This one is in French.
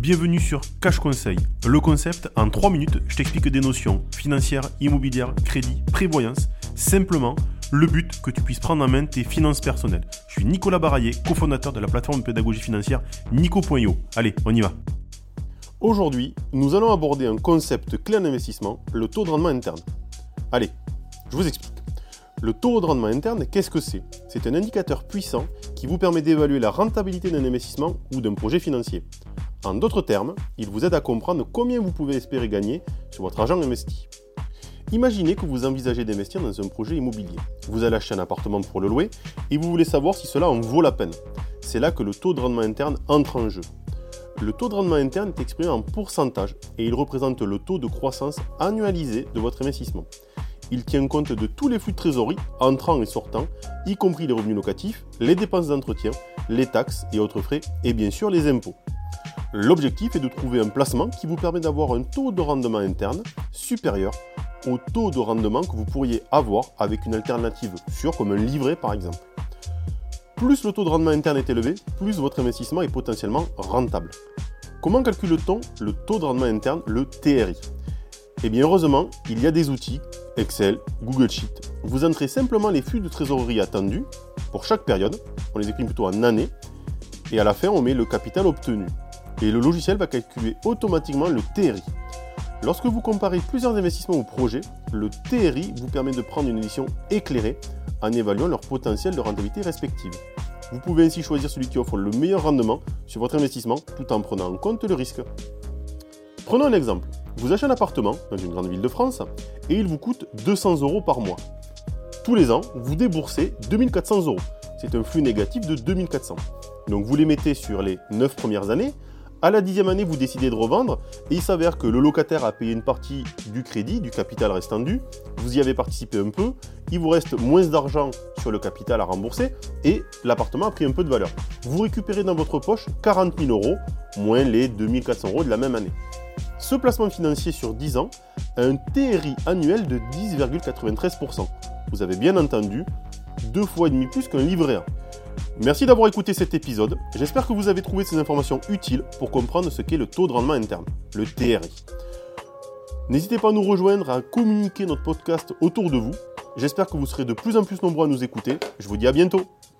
Bienvenue sur Cash Conseil. Le concept, en 3 minutes, je t'explique des notions financières, immobilières, crédit, prévoyance. Simplement, le but que tu puisses prendre en main tes finances personnelles. Je suis Nicolas Baraillé, cofondateur de la plateforme de pédagogie financière Nico.io. Allez, on y va. Aujourd'hui, nous allons aborder un concept clé en investissement, le taux de rendement interne. Allez, je vous explique. Le taux de rendement interne, qu'est-ce que c'est ? C'est un indicateur puissant qui vous permet d'évaluer la rentabilité d'un investissement ou d'un projet financier. En d'autres termes, il vous aide à comprendre combien vous pouvez espérer gagner sur votre argent investi. Imaginez que vous envisagez d'investir dans un projet immobilier. Vous allez acheter un appartement pour le louer et vous voulez savoir si cela en vaut la peine. C'est là que le taux de rendement interne entre en jeu. Le taux de rendement interne est exprimé en pourcentage et il représente le taux de croissance annualisé de votre investissement. Il tient compte de tous les flux de trésorerie, entrants et sortants, y compris les revenus locatifs, les dépenses d'entretien, les taxes et autres frais, et bien sûr les impôts. L'objectif est de trouver un placement qui vous permet d'avoir un taux de rendement interne supérieur au taux de rendement que vous pourriez avoir avec une alternative sûre comme un livret par exemple. Plus le taux de rendement interne est élevé, plus votre investissement est potentiellement rentable. Comment calcule-t-on le taux de rendement interne, le TRI ? Eh bien heureusement, il y a des outils, Excel, Google Sheet. Vous entrez simplement les flux de trésorerie attendus pour chaque période, on les écrit plutôt en années, et à la fin on met le capital obtenu. Et le logiciel va calculer automatiquement le TRI. Lorsque vous comparez plusieurs investissements ou projets, le TRI vous permet de prendre une décision éclairée en évaluant leur potentiel de rentabilité respective. Vous pouvez ainsi choisir celui qui offre le meilleur rendement sur votre investissement tout en prenant en compte le risque. Prenons un exemple. Vous achetez un appartement dans une grande ville de France et il vous coûte 200 € par mois. Tous les ans, vous déboursez 2400 €. C'est un flux négatif de 2400. Donc vous les mettez sur les 9 premières années. À la 10e année, vous décidez de revendre et il s'avère que le locataire a payé une partie du crédit, du capital restant dû. Vous y avez participé un peu. Il vous reste moins d'argent sur le capital à rembourser et l'appartement a pris un peu de valeur. Vous récupérez dans votre poche 40 000 € moins les 2400 € de la même année. Ce placement financier sur 10 ans a un TRI annuel de 10,93%. Vous avez bien entendu, 2,5 fois plus qu'un livret A. Merci d'avoir écouté cet épisode. J'espère que vous avez trouvé ces informations utiles pour comprendre ce qu'est le taux de rendement interne, le TRI. N'hésitez pas à nous rejoindre, à communiquer notre podcast autour de vous. J'espère que vous serez de plus en plus nombreux à nous écouter. Je vous dis à bientôt.